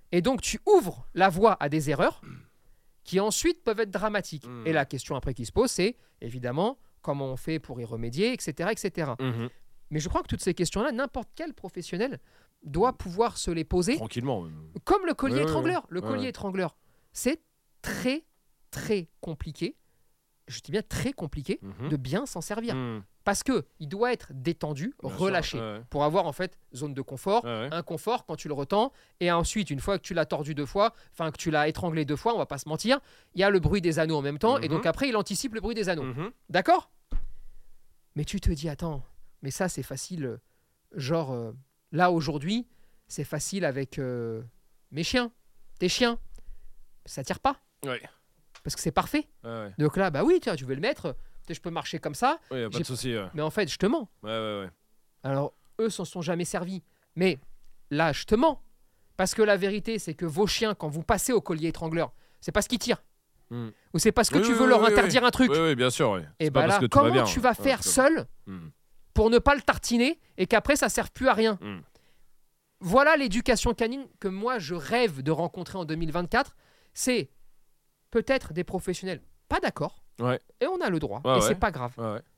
Et donc, tu ouvres la voie à des erreurs qui ensuite peuvent être dramatiques. Mmh. Et la question après qui se pose, c'est évidemment comment on fait pour y remédier, et cetera, et cetera. Mhm. Mais je crois que toutes ces questions-là, n'importe quel professionnel doit pouvoir se les poser. Tranquillement. Comme le collier Ouais, ouais, étrangleur. ouais. Le Ouais, collier ouais. étrangleur, c'est très, très compliqué. Je dis bien très compliqué Mhm. de bien s'en servir. Mhm. Parce qu'il doit être détendu, Bien sûr, relâché, ouais, ouais. pour avoir en fait zone de confort, Ouais, ouais. inconfort quand tu le retends. Et ensuite, une fois que tu l'as tordu deux fois, enfin que tu l'as étranglé deux fois, on va pas se mentir, il y a le bruit des anneaux en même temps. Et Mhm. donc après, il anticipe le bruit des anneaux. Mhm. D'accord ? Mais tu te dis, attends, mais ça c'est facile. euh, Genre, euh, là aujourd'hui, c'est facile avec euh, mes chiens, tes chiens. Ça tire pas, Ouais. parce que c'est parfait. Ouais, ouais. Donc là, bah oui, tiens, je vais le mettre. Tu sais, je peux marcher comme ça. Ouais, y a pas J'ai- de souci. Ouais, Mais en fait, je te mens. ouais, ouais. ouais. Alors, eux s'en sont jamais servis. Mais là, je te mens. Parce que la vérité, c'est que vos chiens, quand vous passez au collier étrangleur, c'est parce qu'ils tirent. Mm. Ou c'est parce que Oui, tu oui, veux oui, leur oui, interdire un truc. Oui, oui, bien sûr. Oui. Et C'est pas bah parce là, que tout va comment bien. tu vas Ouais, faire c'est seul pas- Mm. pour ne pas le tartiner et qu'après, ça ne serve plus à rien? Mm. Voilà l'éducation canine que moi, je rêve de rencontrer en deux mille vingt-quatre. C'est peut-être des professionnels pas d'accord. Ouais. Et on a le droit. Ouais, et ouais. c'est pas grave. Ouais, ouais.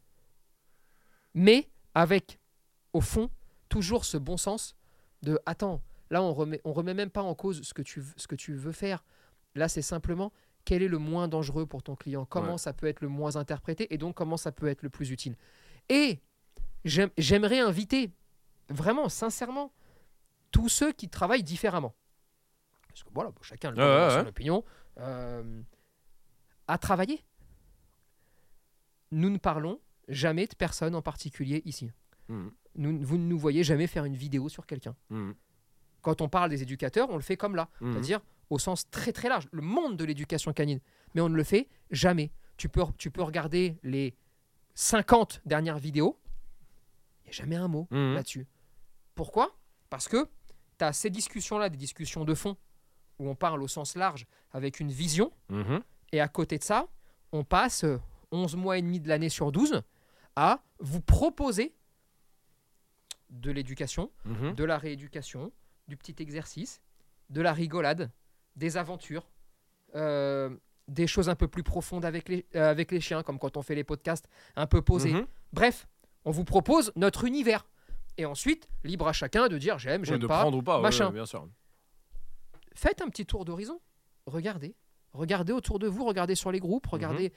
Mais avec, au fond, toujours ce bon sens de attends, là on remet, on remet même pas en cause ce que tu, ce que tu veux faire. Là c'est simplement quel est le moins dangereux pour ton client, comment Ouais. ça peut être le moins interprété et donc comment ça peut être le plus utile. Et j'aime- j'aimerais inviter vraiment, sincèrement, tous ceux qui travaillent différemment. Parce que voilà, bon, chacun a le droit Ouais, d'avoir ouais, son ouais. opinion. euh, à travailler. Nous ne parlons jamais de personne en particulier ici. Mm. Nous, vous ne nous voyez jamais faire une vidéo sur quelqu'un. Mm. Quand on parle des éducateurs, on le fait comme là, Mhm. c'est-à-dire au sens très très large, le monde de l'éducation canine. Mais on ne le fait jamais. Tu peux, tu peux regarder les cinquante dernières vidéos, il n'y a jamais un mot Mhm. là-dessus. Pourquoi ? Parce que tu as ces discussions-là, des discussions de fond, où on parle au sens large avec une vision, Mhm. et à côté de ça, on passe euh, onze mois et demi de l'année sur douze à vous proposer de l'éducation, Mhm. de la rééducation, du petit exercice, de la rigolade, des aventures, euh, des choses un peu plus profondes avec les, euh, avec les chiens, comme quand on fait les podcasts un peu posés. Mhm. Bref, on vous propose notre univers. Et ensuite, libre à chacun de dire j'aime, Ouais, j'aime de pas. prendre ou pas, ouais, machin. ouais, bien sûr. Faites un petit tour d'horizon. Regardez. Regardez autour de vous, regardez sur les groupes, regardez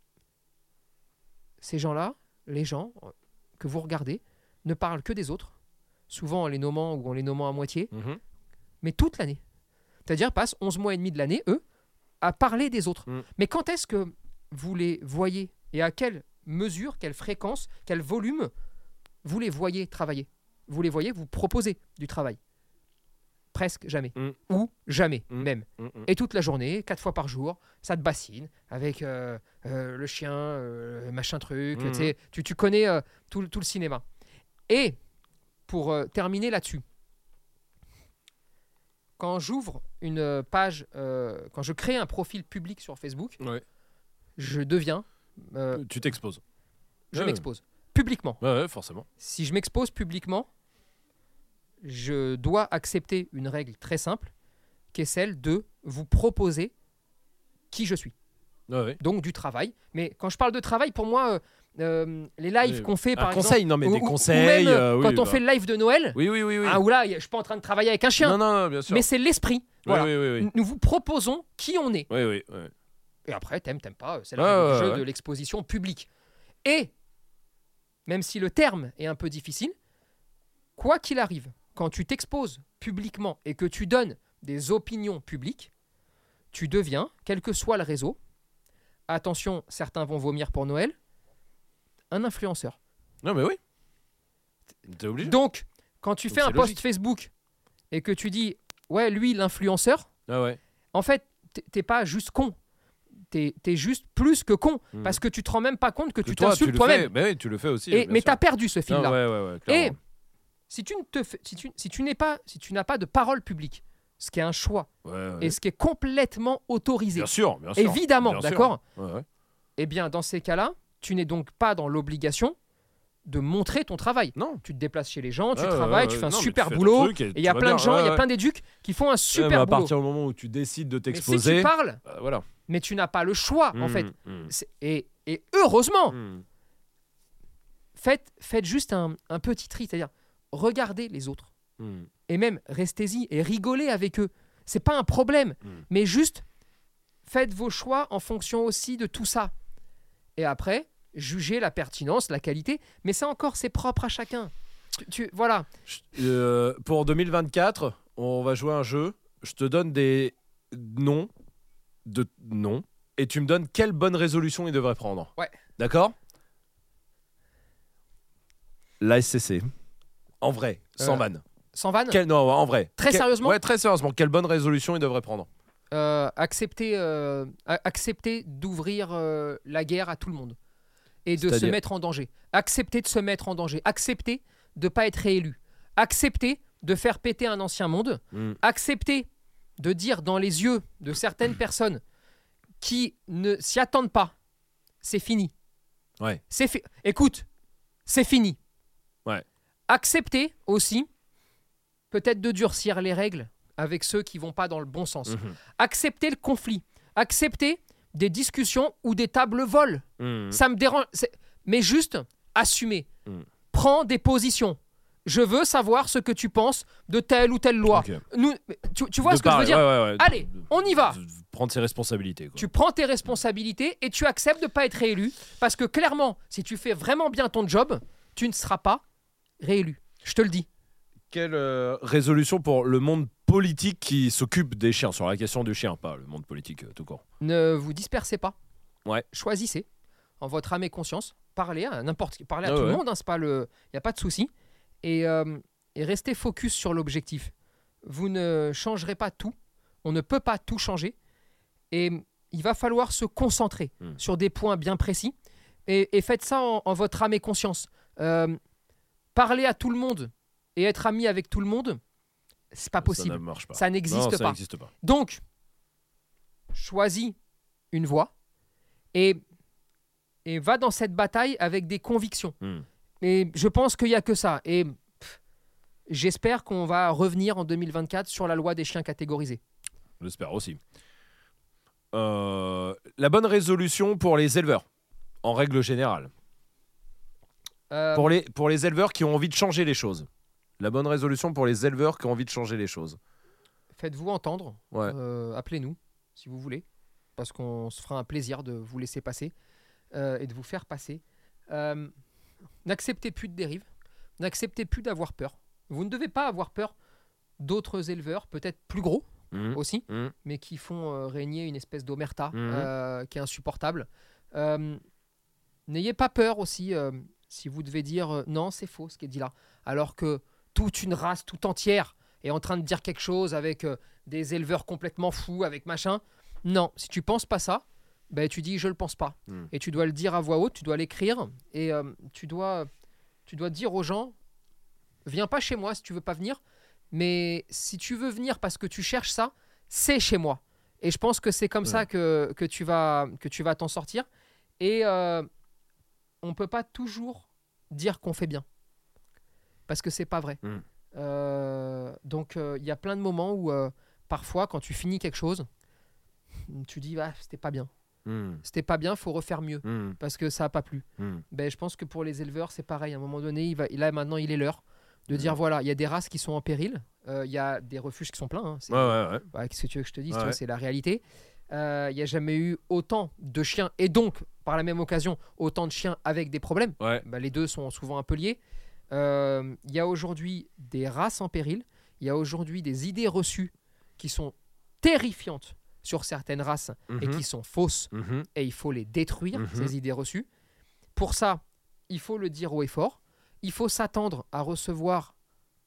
ces gens-là, les gens euh, que vous regardez, ne parlent que des autres, souvent en les nommant ou en les nommant à moitié, Mhm. mais toute l'année. C'est-à-dire passent onze mois et demi de l'année, eux, à parler des autres. Mm. Mais quand est-ce que vous les voyez et à quelle mesure, quelle fréquence, quel volume vous les voyez travailler? Vous les voyez vous proposer du travail? Presque jamais. Mm. Ou jamais Mm. même. Mm, mm. Et toute la journée, quatre fois par jour, ça te bassine avec euh, euh, le chien, euh, machin truc. Mhm. tu sais, Tu, tu connais euh, tout, le- tout le cinéma. Et pour euh, terminer là-dessus, quand j'ouvre une euh, page, euh, quand je crée un profil public sur Facebook, Ouais. je deviens, euh, Tu t'exposes. je Ouais. m'expose publiquement. Ouais, ouais, forcément. Si je m'expose publiquement, je dois accepter une règle très simple, qui est celle de vous proposer qui je suis. Ouais, ouais. Donc du travail. Mais quand je parle de travail, pour moi, euh, euh, les lives Oui. qu'on fait, Un par exemple, conseil, non, mais ou- des ou- ou conseils. même, euh, euh, oui, quand on bah. fait le live de Noël, Oui, oui, oui. oui. ah, où là, je suis pas en train de travailler avec un chien, Non, non, non, bien sûr. mais c'est l'esprit. Oui, Voilà. oui, oui, oui. Nous vous proposons qui on est. Oui, oui, oui. Et après, t'aimes, t'aimes pas, c'est la Ouais, règle ouais, du jeu ouais. de l'exposition publique. Et, même si le terme est un peu difficile, quoi qu'il arrive, quand tu t'exposes publiquement et que tu donnes des opinions publiques, tu deviens, quel que soit le réseau, attention, certains vont vomir pour Noël, un influenceur. Non, mais oui. T'es obligé. Donc, quand tu Donc fais un c'est post logique. Facebook et que tu dis, ouais, lui, l'influenceur, Ah ouais. en fait, t'es- t'es pas juste con. T'es es juste plus que con. Mhm. Parce que tu te rends même pas compte que, Que tu toi, tu t'insultes le toi-même. fais. Mais oui, tu le fais aussi. Et, bien mais sûr. t'as perdu ce Non, fil-là. ouais, ouais, ouais, Et clairement. si tu ne te fais- si tu, si tu n'es pas, si tu n'as pas de parole publique, ce qui est un choix Ouais, ouais. et ce qui est complètement autorisé, Bien sûr, bien sûr. évidemment, Bien sûr. d'accord. Ouais, ouais. Eh bien, dans ces cas-là, tu n'es donc pas dans l'obligation de montrer ton travail. Non. Tu te déplaces chez les gens, tu Ouais, travailles, ouais, tu fais un non, mais super tu fais ton boulot. truc et Et il tu y a vas plein bien, de gens, il ouais, y a ouais. plein d'éducs qui font un Ouais, super mais à boulot. partir du moment où tu décides de Mais si t'exposer, tu parles, euh, voilà. mais tu n'as pas le choix en Mm, fait. mm, C'est- Et, et heureusement, mm. faites, faites juste un, un petit tri, c'est-à-dire regardez les autres Mm. et même restez-y et rigolez avec eux. C'est pas un problème, Mm. mais juste faites vos choix en fonction aussi de tout ça. Et après, jugez la pertinence, la qualité, mais ça encore, c'est propre à chacun. Tu, tu- voilà. Euh, pour deux mille vingt-quatre, on va jouer à un jeu. Je te donne des noms de noms et tu me donnes quelle bonne résolution il devrait prendre. Ouais. D'accord ? L'A S C C. En vrai, sans Euh, vanne. Sans vanne, Quel- non, en vrai. Très Quel- sérieusement Ouais, très sérieusement. Quelle bonne résolution il devrait prendre. euh, accepter, euh, a- accepter d'ouvrir euh, la guerre à tout le monde et de se C'est-à-dire mettre en danger. Accepter de se mettre en danger. Accepter de ne pas être réélu. Accepter de faire péter un ancien monde. Mm. Accepter de dire dans les yeux de certaines personnes qui ne s'y attendent pas, c'est fini. Ouais. C'est fi- Écoute, c'est fini. Ouais. Accepter aussi peut-être de durcir les règles avec ceux qui vont pas dans le bon sens. Mhm. Accepter le conflit. Accepter des discussions ou des tables vols. Mm. Ça me dérange. c'est- Mais juste assumer. Mm. Prends des positions. Je veux savoir ce que tu penses de telle ou telle loi. Ok. Nous, tu, tu vois De ce que je veux parler, dire ouais, ouais, ouais. Allez, on y va. De- de Prendre ses responsabilités. Quoi. Tu prends tes responsabilités et tu acceptes de ne pas être réélu. Parce que clairement, si tu fais vraiment bien ton job, tu ne seras pas réélu. Je te le dis. Quelle euh, résolution pour le monde politique qui s'occupe des chiens, sur la question du chien, pas le monde politique euh, tout court. Ne vous dispersez pas. Ouais. Choisissez en votre âme et conscience. Parlez à n'importe qui. Parlez à Ah tout ouais. le monde. Hein, c'est pas le. Il n'y a pas de souci. Et, euh, et restez focus sur l'objectif. Vous ne changerez pas tout. On ne peut pas tout changer. Et il va falloir se concentrer Mm. sur des points bien précis. Et, et faites ça en, en votre âme et conscience. Euh, parler à tout le monde et être ami avec tout le monde, c'est pas Ça possible. ne marche pas. Ça Non, n'existe ça pas. n'existe pas. Donc, choisis une voie et, et va dans cette bataille avec des convictions. Mm. Et je pense qu'il n'y a que ça. Et pff, j'espère qu'on va revenir en deux mille vingt-quatre sur la loi des chiens catégorisés. J'espère aussi. Euh, la bonne résolution pour les éleveurs, en règle générale. Euh, Pour les, pour les éleveurs qui ont envie de changer les choses. La bonne résolution pour les éleveurs qui ont envie de changer les choses. Faites-vous entendre. Ouais. Euh, appelez-nous si vous voulez. Parce qu'on se fera un plaisir de vous laisser passer euh, et de vous faire passer. Euh, N'acceptez plus de dérive. N'acceptez plus d'avoir peur. Vous ne devez pas avoir peur d'autres éleveurs, peut-être plus gros Mhm. aussi, Mhm. mais qui font euh, régner une espèce d'omerta Mhm. euh, qui est insupportable. Euh, N'ayez pas peur aussi euh, si vous devez dire euh, non, c'est faux ce qui est dit là. Alors que toute une race tout entière est en train de dire quelque chose avec euh, des éleveurs complètement fous, avec machin. Non, si tu penses pas ça, ben, tu dis je le pense pas. Mhm. Et tu dois le dire à voix haute, tu dois l'écrire et euh, tu, dois, tu dois dire aux gens viens pas chez moi si tu veux pas venir. Mais si tu veux venir parce que tu cherches ça, c'est chez moi. Et je pense que c'est comme Ouais. ça que, que tu vas que tu vas t'en sortir. Et euh, on ne peut pas toujours dire qu'on fait bien. Parce que c'est pas vrai. Mm. Euh, donc il y a plein de moments où euh, parfois quand tu finis quelque chose, tu dis ah, c'était pas bien. Mhm. C'était pas bien, faut refaire mieux. Mhm. Parce que ça n'a pas plu. Mhm. Ben, je pense que pour les éleveurs, c'est pareil. À un moment donné, il va, là maintenant, il est l'heure de dire voilà, il y a des races qui sont en péril, euh, il y a des refuges qui sont pleins. Hein, c'est- Ouais, ouais, ouais. Ouais, qu'est-ce que tu veux que je te dise, Ouais. tu vois, c'est la réalité. Euh, Il n'y a jamais eu autant de chiens et donc, par la même occasion, autant de chiens avec des problèmes. Ouais. Bah, les deux sont souvent un peu liés. Euh, Il y a aujourd'hui des races en péril. Il y a aujourd'hui des idées reçues qui sont terrifiantes sur certaines races et Mhm. qui sont fausses. Mhm. Et il faut les détruire, Mhm. ces idées reçues. Pour ça, il faut le dire haut et fort. Il faut s'attendre à recevoir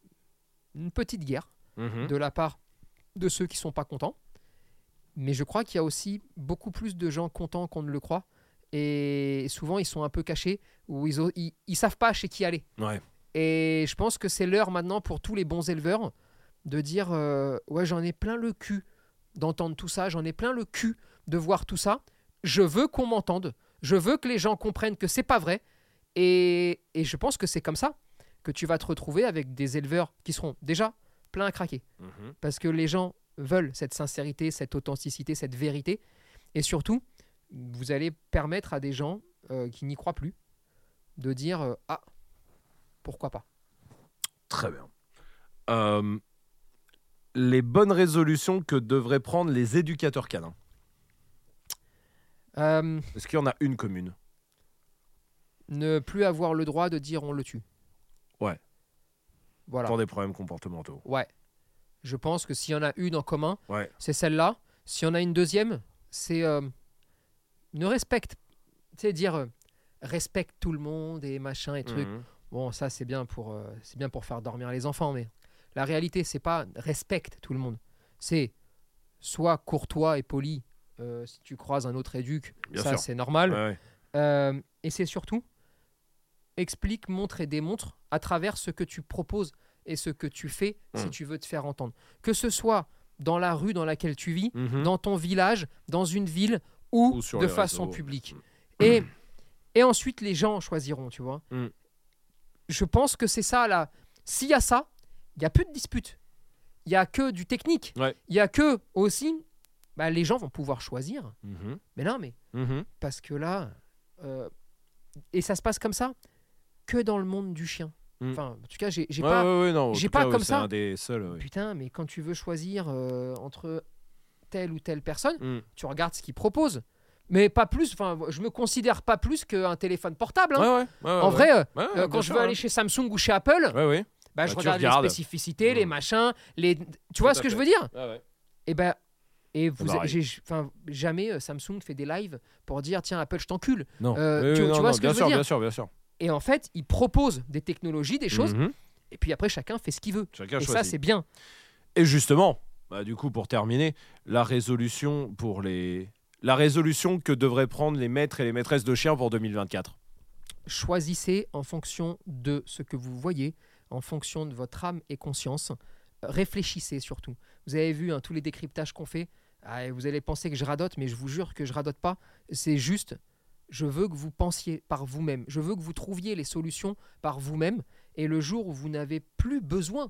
une petite guerre Mhm. de la part de ceux qui ne sont pas contents. Mais je crois qu'il y a aussi beaucoup plus de gens contents qu'on ne le croit. Et souvent, ils sont un peu cachés ou ils, o- ils, ils savent pas chez qui aller. Ouais. Et je pense que c'est l'heure maintenant pour tous les bons éleveurs de dire euh, ouais, j'en ai plein le cul d'entendre tout ça, j'en ai plein le cul de voir tout ça. Je veux qu'on m'entende, je veux que les gens comprennent que c'est pas vrai Et, et je pense que c'est comme ça que tu vas te retrouver avec des éleveurs qui seront déjà pleins à craquer. Mhm. Parce que les gens veulent cette sincérité, cette authenticité, cette vérité. Et surtout, vous allez permettre à des gens euh, qui n'y croient plus de dire euh, « Ah, pourquoi pas ?» Très bien. Euh, les bonnes résolutions que devraient prendre les éducateurs canins. Euh, Est-ce qu'il y en a une commune? Ne plus avoir le droit de dire « on le tue ». Ouais. Voilà. Pour des problèmes comportementaux. Ouais. Je pense que s'il y en a une en commun, Ouais. c'est celle-là. S'il y en a une deuxième, c'est euh, ne respecte. Tu sais, dire euh, respecte tout le monde et machin et trucs. Mhm. Bon, ça, c'est bien, pour, euh, c'est bien pour faire dormir les enfants, mais la réalité, c'est pas respecte tout le monde. C'est sois courtois et poli euh, si tu croises un autre éduc. Bien ça, sûr. c'est normal. Ouais, ouais. Euh, et c'est surtout explique, montre et démontre à travers ce que tu proposes et ce que tu fais si Mm. tu veux te faire entendre. Que ce soit dans la rue dans laquelle tu vis, Mhm. dans ton village, dans une ville ou, Ou sur de les façon réseaux. publique. Et, et ensuite, les gens choisiront, tu vois. Mm. Je pense que c'est ça, là. S'il y a ça, il n'y a plus de dispute. Il n'y a que du technique. Il Ouais. y a que aussi, bah, les gens vont pouvoir choisir. Mhm. Mais non, mais Mhm. parce que là, euh, et ça se passe comme ça, que dans le monde du chien. Mm. Enfin, en tout cas, j'ai j'ai Ouais, pas... ouais, ouais, non, en j'ai tout pas cas, ouais, comme c'est ça. un des seuls. Ouais. Putain, mais quand tu veux choisir euh, entre telle ou telle personne, Mm. tu regardes ce qu'ils proposent. Mais pas plus, enfin, je me considère pas plus qu'un téléphone portable. hein. Ouais, ouais, ouais, ouais, en ouais. vrai, euh, Ouais, ouais, euh, bien quand je sûr, veux ouais. aller chez Samsung ou chez Apple, Ouais, ouais. bah, Bah, je tu regarde regardes. les spécificités, les Mm. machins, les... tu vois Tout ce à que je fait. veux dire? Ouais, ouais. Et ben, et vous, pareil. j'ai, enfin, jamais euh, Samsung fait des lives pour dire tiens Apple, je t'encule. Non. Euh, Oui, tu- oui, tu non, vois non, ce que bien je veux sûr, dire Bien sûr, bien sûr. Et en fait, ils proposent des technologies, des choses, Mhm. et puis après chacun fait ce qu'il veut. Chacun Et ça, choisit. c'est bien. Et justement, bah, du coup, pour terminer, la résolution pour les, la résolution que devraient prendre les maîtres et les maîtresses de chiens pour deux mille vingt-quatre. Choisissez en fonction de ce que vous voyez, en fonction de votre âme et conscience. Euh, Réfléchissez surtout. Vous avez vu hein, tous les décryptages qu'on fait. Ah, et vous allez penser que je radote, mais je vous jure que je radote pas. C'est juste, je veux que vous pensiez par vous-même. Je veux que vous trouviez les solutions par vous-même. Et le jour où vous n'avez plus besoin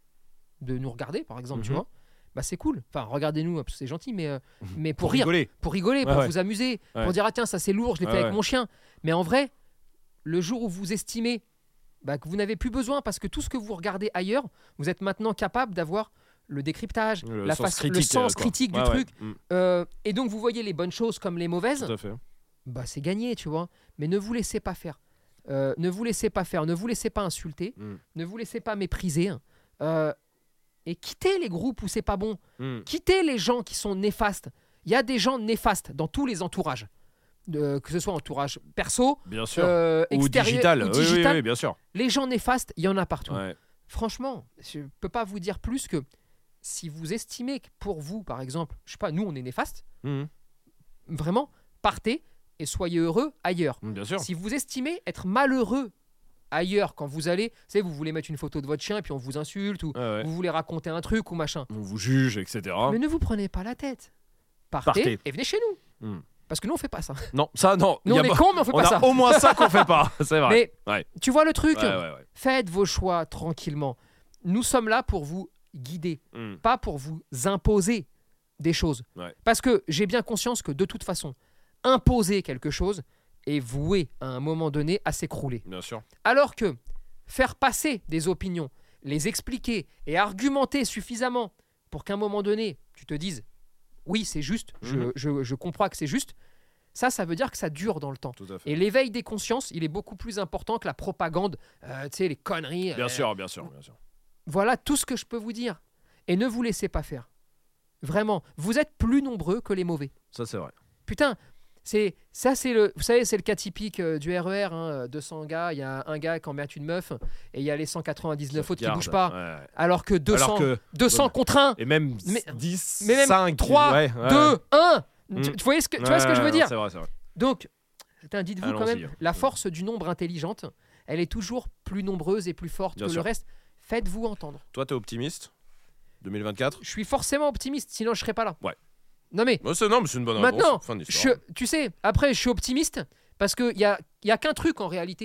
de nous regarder, par exemple, tu Mhm. vois, bah c'est cool. Enfin, regardez-nous, parce que c'est gentil, mais, euh, mais pour, Pour rire, rigoler. pour rigoler, Ouais, pour ouais. vous amuser, Ouais. pour dire ah tiens ça c'est lourd, je l'ai Ouais, fait avec ouais. mon chien. Mais en vrai, le jour où vous estimez bah, que vous n'avez plus besoin parce que tout ce que vous regardez ailleurs, vous êtes maintenant capable d'avoir le décryptage, Le la sens face- le critique, sens euh, quoi. critique du Ouais, ouais. truc, Mm. euh, et donc vous voyez les bonnes choses comme les mauvaises, Tout à fait. bah c'est gagné, tu vois. Mais ne vous laissez pas faire. Euh, ne vous laissez pas faire, ne vous laissez pas insulter, Mm. ne vous laissez pas mépriser. euh, et quittez les groupes où c'est pas bon. Mm. Quittez les gens qui sont néfastes. Il y a des gens néfastes dans tous les entourages. De- que ce soit entourage perso, Bien sûr. euh, Ou extérieur, digital. ou Oui, oui, digital. oui, bien sûr. Les gens néfastes, il y en a partout. Ouais. Franchement, je ne peux pas vous dire plus que si vous estimez que pour vous, par exemple, je sais pas, nous on est néfastes, Mhm. vraiment, partez et soyez heureux ailleurs. Bien sûr. Si vous estimez être malheureux ailleurs quand vous allez, vous savez, vous voulez mettre une photo de votre chien et puis on vous insulte ou Ouais, ouais. vous voulez raconter un truc ou machin. On vous juge, et cetera. Mais ne vous prenez pas la tête. Partez, Partez. et venez chez nous. Hmm. Parce que nous on fait pas ça. Non, ça, non. Nous y on a est pas- cons mais on fait on pas a ça. au moins ça qu'on fait pas. C'est vrai. Mais Ouais. tu vois le truc, Ouais, ouais, ouais. faites vos choix tranquillement. Nous sommes là pour vous guider, Hmm. pas pour vous imposer des choses. Ouais. Parce que j'ai bien conscience que de toute façon, imposer quelque chose est voué à un moment donné à s'écrouler. Bien sûr. Alors que faire passer des opinions, les expliquer et argumenter suffisamment pour qu'à un moment donné, tu te dises oui, c'est juste, je, Mhm. je, je comprends que c'est juste, ça, ça veut dire que ça dure dans le temps. Tout à fait. Et l'éveil des consciences, il est beaucoup plus important que la propagande, euh, tu sais, les conneries. Bien euh, sûr, bien sûr, bien sûr. Voilà tout ce que je peux vous dire. Et ne vous laissez pas faire. Vraiment, vous êtes plus nombreux que les mauvais. Ça, c'est vrai. Putain, c'est ça, c'est le, vous savez, c'est le cas typique euh, du R E R. Hein, deux cents gars, il y a un gars qui emmerde une meuf et il y a les cent quatre-vingt-dix-neuf autres qui Garde. bougent pas. Ouais. Alors que deux cents, Alors que- deux cents contre un, Et même Mais- dix, mais même cinq, trois, ouais, ouais. deux, un. Mm. Tu, tu voyez ce que, tu Ouais, vois ce que je veux ouais, dire? C'est vrai, c'est vrai. Donc, putain, dites-vous quand Allons-y. même, la force du nombre intelligente, elle est toujours plus nombreuse et plus forte Bien que sûr. le reste. Faites-vous entendre. Toi, t'es optimiste deux mille vingt-quatre? Je suis forcément optimiste, sinon je serais pas là. Ouais. Non mais, Bah, c'est, non, mais c'est une bonne maintenant, réponse. Fin de je, l'histoire. tu sais, après, je suis optimiste parce qu'il y a, y a qu'un truc en réalité.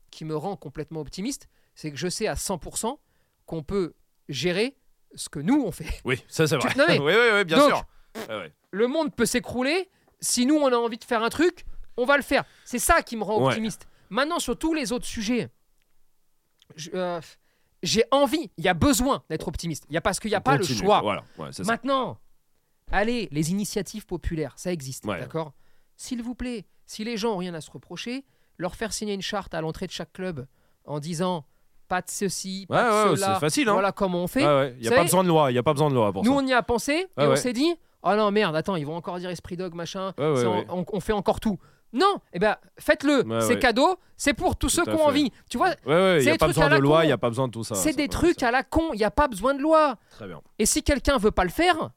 qui me rend complètement optimiste, c'est que je sais à cent pour cent qu'on peut gérer ce que nous on fait. Oui, ça c'est vrai. Non, mais- oui, oui, oui, bien Donc, sûr. Ouais, ouais. Le monde peut s'écrouler. Si nous on a envie de faire un truc, on va le faire. C'est ça qui me rend Ouais. optimiste. Maintenant, sur tous les autres sujets, je- euh, j'ai envie, il y a besoin d'être optimiste. Il y a parce qu'il n'y a On pas continue, le choix. Voilà, ouais, c'est ça. Maintenant, allez, les initiatives populaires, ça existe, Ouais. d'accord. S'il vous plaît, si les gens ont rien à se reprocher, leur faire signer une charte à l'entrée de chaque club en disant pas de ceci, pas Ouais, de ouais, cela. c'est facile, hein. Voilà comment on fait. Ouais, ouais. Il n'y a Vous pas savez, besoin de loi. Il y a pas besoin de loi pour Nous, ça. on y a pensé et Ouais, on ouais. s'est dit oh non, merde, attends, ils vont encore dire Esprit Dog, machin. Ouais, ouais, c'est en- ouais. On, on fait encore tout. Non, eh ben, faites-le. Ouais, c'est ouais. cadeau. C'est pour tous Tout ceux à qui ont fait. envie. Tu vois, Ouais, ouais, il c'est n'y a des pas trucs besoin à la de loi, con. il n'y a pas besoin de tout ça. c'est ça, des ouais, trucs ça. à la con. Il n'y a pas besoin de loi. Très bien. Et si quelqu'un veut pas le faire,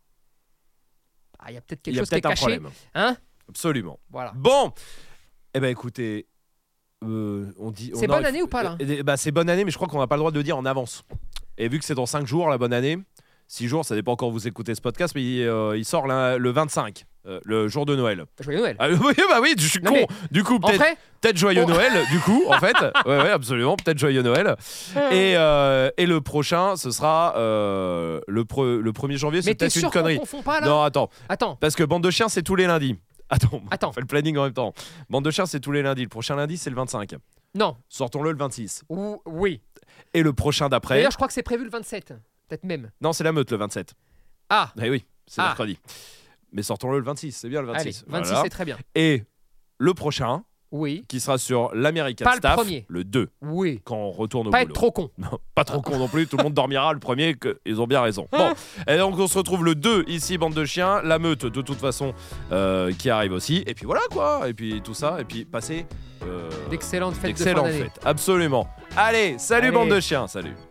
ah, il y a peut-être Il quelque y a chose qui est peut-être un caché. problème. Hein Absolument. Voilà. Bon, eh ben écoutez, euh, on dit. C'est on a- bonne année ou pas, là Eh, eh, bah, c'est bonne année, mais je crois qu'on n'a pas le droit de le dire en avance. Et vu que c'est dans cinq jours la bonne année, six jours, ça dépend quand vous écoutez ce podcast, mais il, euh, il sort là, le vingt-cinq, euh, le jour de Noël. Joyeux Noël. Ah, oui, bah oui, je suis Non, con. mais Du coup, En peut-être vrai, peut-être joyeux on- Noël, du coup, en fait. Ouais, ouais, absolument, peut-être joyeux Noël. Et, euh, et le prochain, ce sera euh, le, pre- le premier janvier, c'est mais t'es peut-être une sûr qu'on connerie. confond pas là Non, attends, Attends. parce que Bande de chiens, c'est tous les lundis. Attends, Attends. on fait le planning en même temps. Bande de chiens, c'est tous les lundis. Le prochain lundi, c'est le vingt-cinq. Non. Sortons-le le vingt-six. Ou oui. Et le prochain d'après. D'ailleurs, je crois que c'est prévu le vingt-sept. Peut-être même. Non, c'est la meute le vingt-sept. Ah. Eh oui, c'est Ah. mercredi. Mais sortons-le le vingt-six, c'est bien le Allez, vingt-six. vingt-six, Voilà. c'est très bien. Et le prochain, Oui. qui sera sur l'American Pas le Staff, premier. le deux, Oui. quand on retourne au Pas boulot. être trop con. Non, pas trop con non plus, tout le monde dormira le premier, que ils ont bien raison. Bon, et donc on se retrouve le deux ici, Bande de chiens, la meute de toute façon euh, qui arrive aussi, et puis voilà quoi, et puis tout ça, et puis passer euh, D'excellentes fêtes de fin d'excellentes d'année. fêtes, absolument. Allez, salut Allez. Bande de chiens, salut.